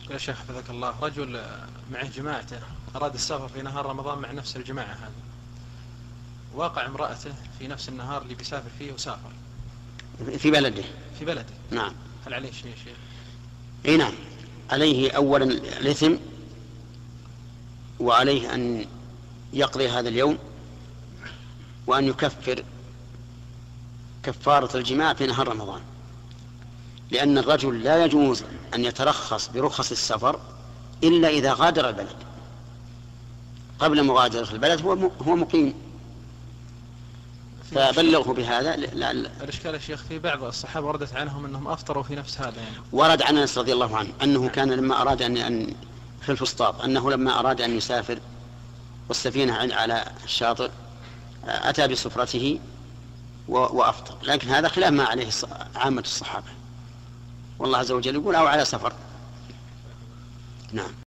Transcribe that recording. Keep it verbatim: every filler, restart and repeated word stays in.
يا شيخ حفظك الله، رجل معه جماعته أراد السفر في نهار رمضان مع نفس الجماعة هذه، واقع امرأته في نفس النهار اللي بيسافر فيه وسافر في بلده في بلده نعم، هل عليه شيء شيء؟ اي نعم، عليه أولا الإثم، وعليه أن يقضي هذا اليوم، وأن يكفر كفارة الجماع في نهار رمضان، لأن الرجل لا يجوز أن يترخص برخص السفر إلا إذا غادر البلد. قبل مغادرة البلد هو هو مقيم، فبلغه بهذا. الإشكال يا شيخ في بعض الصحابة وردت عنهم أنهم أفطروا في نفس هذا يعني. ورد عن أنس رضي الله عنه أنه كان لما أراد أن في الفسطاط أنه لما أراد أن يسافر والسفينة على الشاطئ أتى بسفرته وأفطر، لكن هذا خلاف ما عليه عامة الصحابة، والله عز وجل يقول أو على سفر. نعم.